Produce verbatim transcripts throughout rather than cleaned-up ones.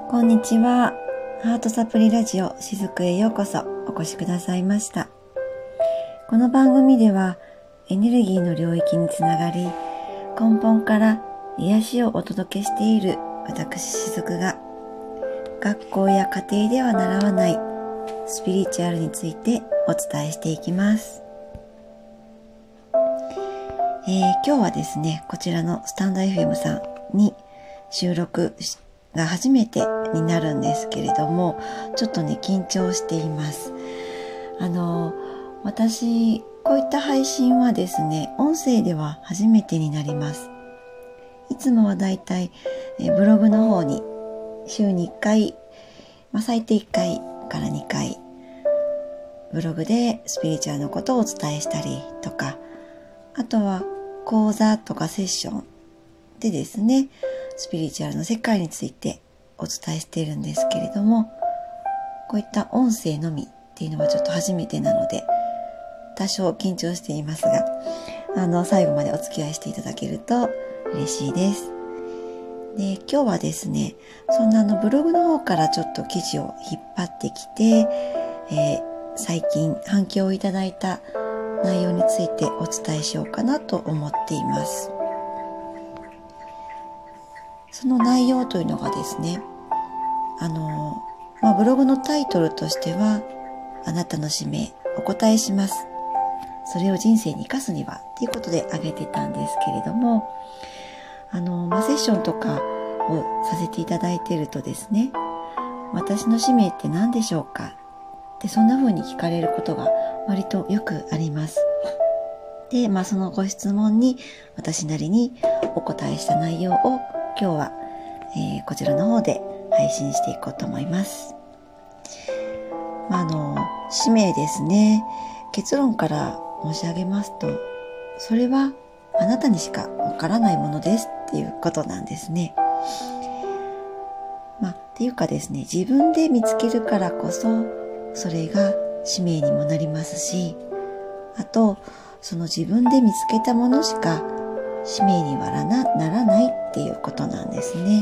こんにちは。ハートサプリラジオしずくへようこそお越しくださいました。この番組ではエネルギーの領域につながり、根本から癒しをお届けしている私しずくが、学校や家庭では習わないスピリチュアルについてお伝えしていきます。えー、今日はですね、こちらのスタンド エフエム さんに収録が初めてになるんですけれども、ちょっとね緊張しています。あの私こういった配信はですね、音声では初めてになります。いつもはだいたいえブログの方に週にいっかい、まあ、最低いっかいからにかいブログでスピリチュアルのことをお伝えしたりとか、あとは講座とかセッションでですね、スピリチュアルの世界についてお伝えしているんですけれども、こういった音声のみっていうのはちょっと初めてなので、多少緊張していますが、あの最後までお付き合いしていただけると嬉しいです。で、今日はですね、そんなあのブログの方からちょっと記事を引っ張ってきて、えー、最近反響をいただいた内容についてお伝えしようかなと思っています。その内容というのがですね、あの、まあ、ブログのタイトルとしては、あなたの使命お答えします。それを人生に生かすにはということで挙げてたんですけれども、あの、まあ、セッションとかをさせていただいているとですね、私の使命って何でしょうかってそんな風に聞かれることが割とよくあります。で、まあそのご質問に私なりにお答えした内容を今日は、えー、こちらの方で配信していこうと思います。まあ、あの使命ですね。結論から申し上げますと、それはあなたにしかわからないものですっていうことなんですね。まあ、っていうかですね、自分で見つけるからこそそれが使命にもなりますし、あとその自分で見つけたものしか使命にはならないっていうことなんですね。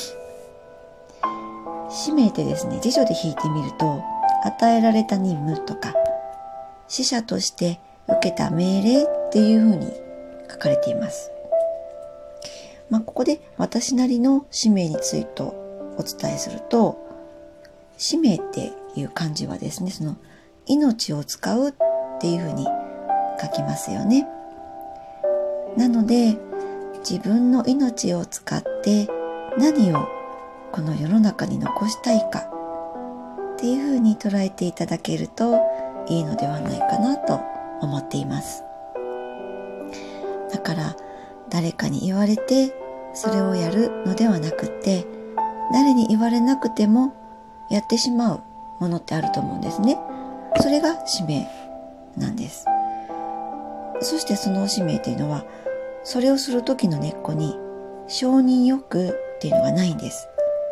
使命ってですね、辞書で引いてみると、与えられた任務とか、使者として受けた命令っていうふうに書かれています。まあ、ここで私なりの使命についてお伝えすると、使命っていう漢字はですね、その命を使うっていうふうに書きますよね。なので、自分の命を使って何をこの世の中に残したいかっていうふうに捉えていただけるといいのではないかなと思っています。だから誰かに言われてそれをやるのではなくて、誰に言われなくてもやってしまうものってあると思うんですね。それが使命なんです。そしてその使命というのは、それをする時の根っこに承認欲っていうのがないんです。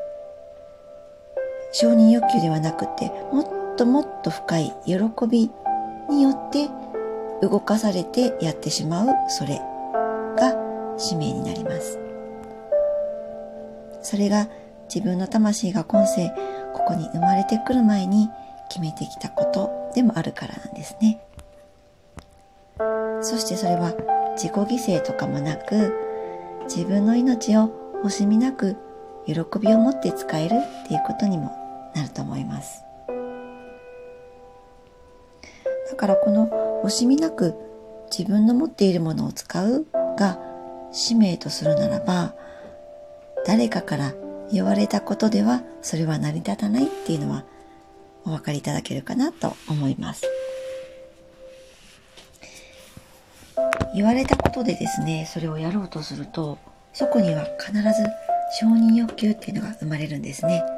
承認欲求ではなくて、もっともっと深い喜びによって動かされてやってしまう、それが使命になります。それが自分の魂が今世ここに生まれてくる前に決めてきたことでもあるからなんですね。そしてそれは自己犠牲とかもなく、自分の命を惜しみなく喜びを持って使えるっていうことにもなると思います。だからこの惜しみなく自分の持っているものを使うが使命とするならば、誰かから言われたことではそれは成り立たないっていうのはお分かりいただけるかなと思います。言われたことでですね、それをやろうとすると、そこには必ず承認欲求っていうのが生まれるんですね。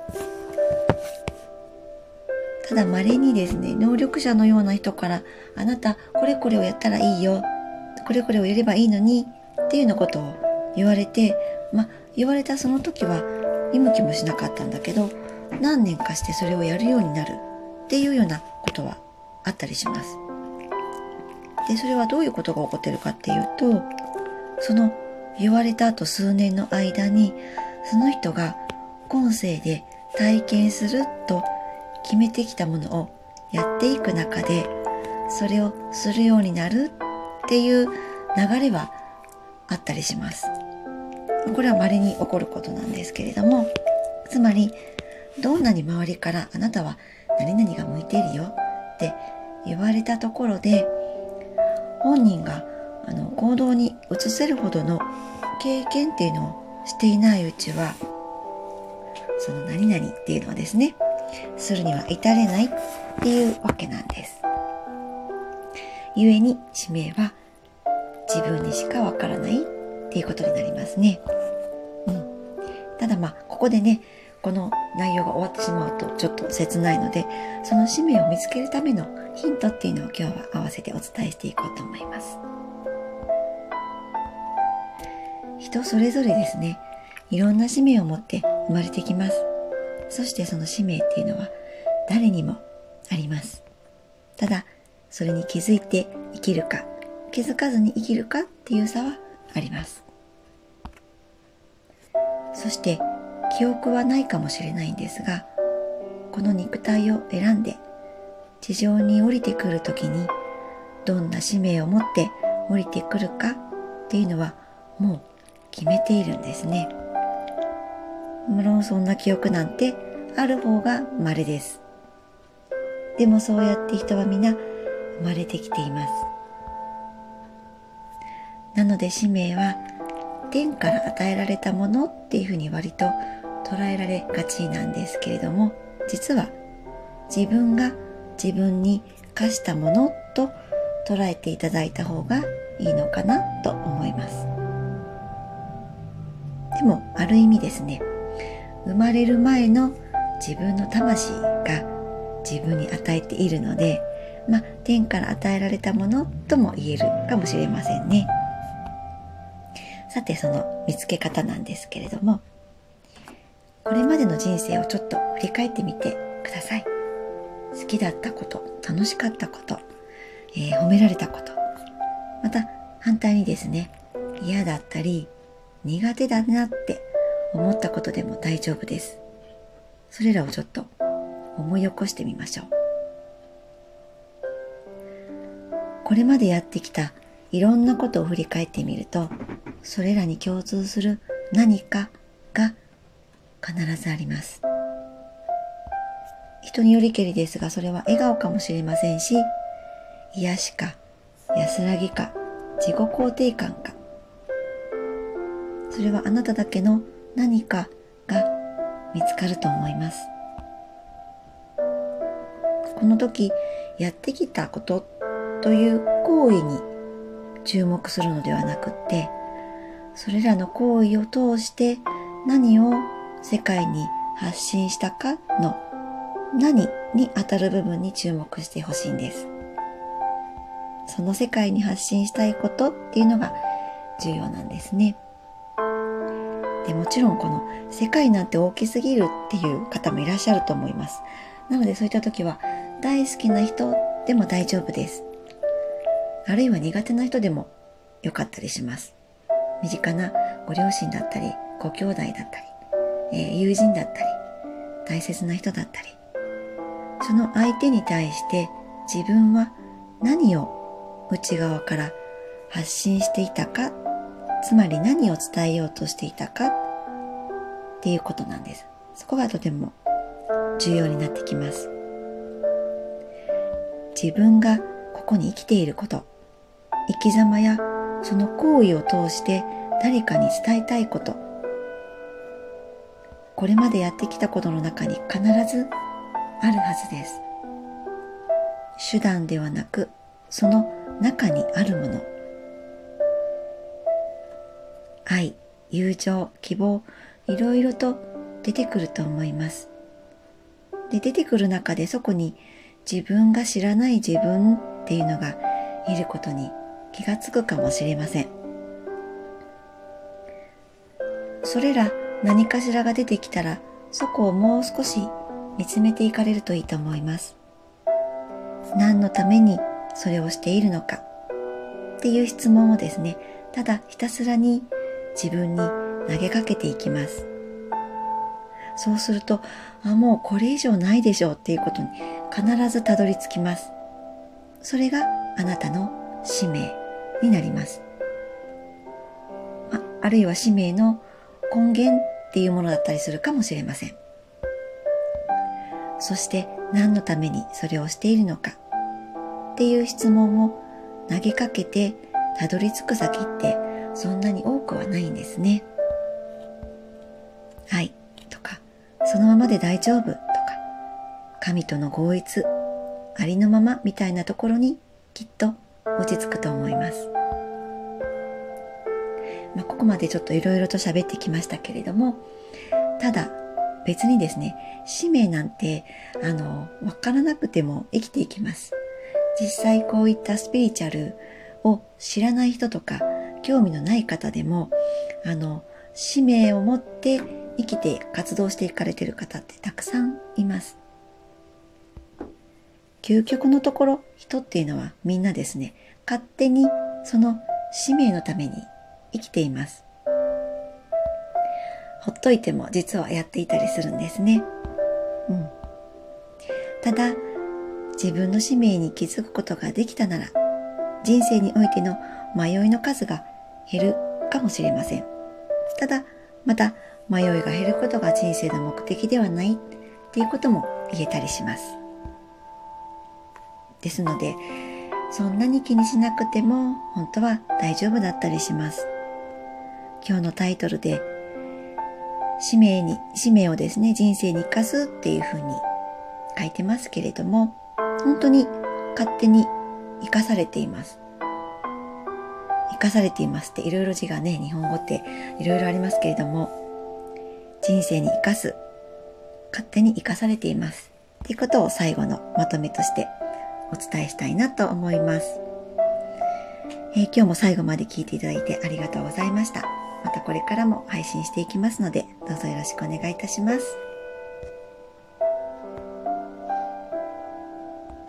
ただ稀にですね、能力者のような人から、あなたこれこれをやったらいいよ、これこれをやればいいのにっていうようなことを言われて、まあ言われたその時は見向きもしなかったんだけど、何年かしてそれをやるようになるっていうようなことはあったりします。で、それはどういうことが起こっているかっていうと、その言われた後数年の間にその人が今世で体験すると決めてきたものをやっていく中で、それをするようになるっていう流れはあったりします。これは稀に起こることなんですけれども、つまりどんなに周りからあなたは何々が向いているよって言われたところで、本人があの行動に移せるほどの経験っていうのをしていないうちは、その何々っていうのはですね、するには至れないっていうわけなんです。故に使命は自分にしかわからないっていうことになりますね。うん、ただまあここでね、この内容が終わってしまうとちょっと切ないので、その使命を見つけるためのヒントっていうのを今日は合わせてお伝えしていこうと思います。人それぞれですね、いろんな使命を持って生まれてきます。そしてその使命っていうのは誰にもあります。ただそれに気づいて生きるか、気づかずに生きるかっていう差はあります。そして記憶はないかもしれないんですが、この肉体を選んで地上に降りてくるときにどんな使命を持って降りてくるかっていうのはもう決めているんですね。無論そんな記憶なんてある方が稀です。でもそうやって人は皆生まれてきています。なので使命は天から与えられたものっていうふうに割と捉えられがちなんですけれども、実は自分が自分に課したものと捉えていただいた方がいいのかなと思います。でもある意味ですね、生まれる前の自分の魂が自分に与えているので、まあ天から与えられたものとも言えるかもしれませんね。さてその見つけ方なんですけれども、これまでの人生をちょっと振り返ってみてください。好きだったこと、楽しかったこと、えー、褒められたこと、また反対にですね、嫌だったり苦手だなって思ったことでも大丈夫です。それらをちょっと思い起こしてみましょう。これまでやってきたいろんなことを振り返ってみると、それらに共通する何かが必ずあります。人によりけりですが、それは笑顔かもしれませんし、癒しか安らぎか自己肯定感か、それはあなただけの何かが見つかると思います。この時やってきたことという行為に注目するのではなくって、それらの行為を通して何を世界に発信したかの何に当たる部分に注目してほしいんです。その世界に発信したいことっていうのが重要なんですね。でもちろんこの世界なんて大きすぎるっていう方もいらっしゃると思います。なのでそういった時は大好きな人でも大丈夫です。あるいは苦手な人でもよかったりします。身近なご両親だったり、ご兄弟だったり、えー、友人だったり、大切な人だったり、その相手に対して自分は何を内側から発信していたか、つまり何を伝えようとしていたかっていうことなんです。そこがとても重要になってきます。自分がここに生きていること、生き様やその行為を通して誰かに伝えたいこと、これまでやってきたことの中に必ずあるはずです。手段ではなく、その中にあるもの。愛、友情、希望、いろいろと出てくると思います。で、出てくる中でそこに自分が知らない自分っていうのがいることに気がつくかもしれません。それら何かしらが出てきたら、そこをもう少し見つめていかれるといいと思います。何のためにそれをしているのかっていう質問をですね、ただひたすらに自分に投げかけていきます。 そうすると、あ、もうこれ以上ないでしょうっていうことに必ずたどり着きます。それがあなたの使命になります。あ、あるいは使命の根源っていうものだったりするかもしれません。そして何のためにそれをしているのかっていう質問を投げかけてたどり着く先ってそんなに多くはないんですね。はいとか、そのままで大丈夫とか、神との合一、ありのままみたいなところにきっと落ち着くと思います。まあ、ここまでちょっといろいろと喋ってきましたけれども、ただ別にですね、使命なんてあのわからなくても生きていきます。実際こういったスピリチュアルを知らない人とか興味のない方でも、あの使命を持って生きて活動していかれている方ってたくさんいます。究極のところ、人っていうのはみんなですね、勝手にその使命のために生きています。ほっといても実はやっていたりするんですね。うん。ただ、自分の使命に気づくことができたなら、人生においての迷いの数が減るかもしれません。ただ、また迷いが減ることが人生の目的ではないっていうことも言えたりします。ですので、そんなに気にしなくても本当は大丈夫だったりします。今日のタイトルで、使命に、使命をですね、人生に生かすっていうふうに書いてますけれども、本当に勝手に生かされています。生かされていますっていろいろ字がね、日本語っていろいろありますけれども、人生に生かす、勝手に生かされていますっていうことを最後のまとめとしてお伝えしたいなと思います。えー、今日も最後まで聞いていただいてありがとうございました。またこれからも配信していきますので、どうぞよろしくお願いいたします。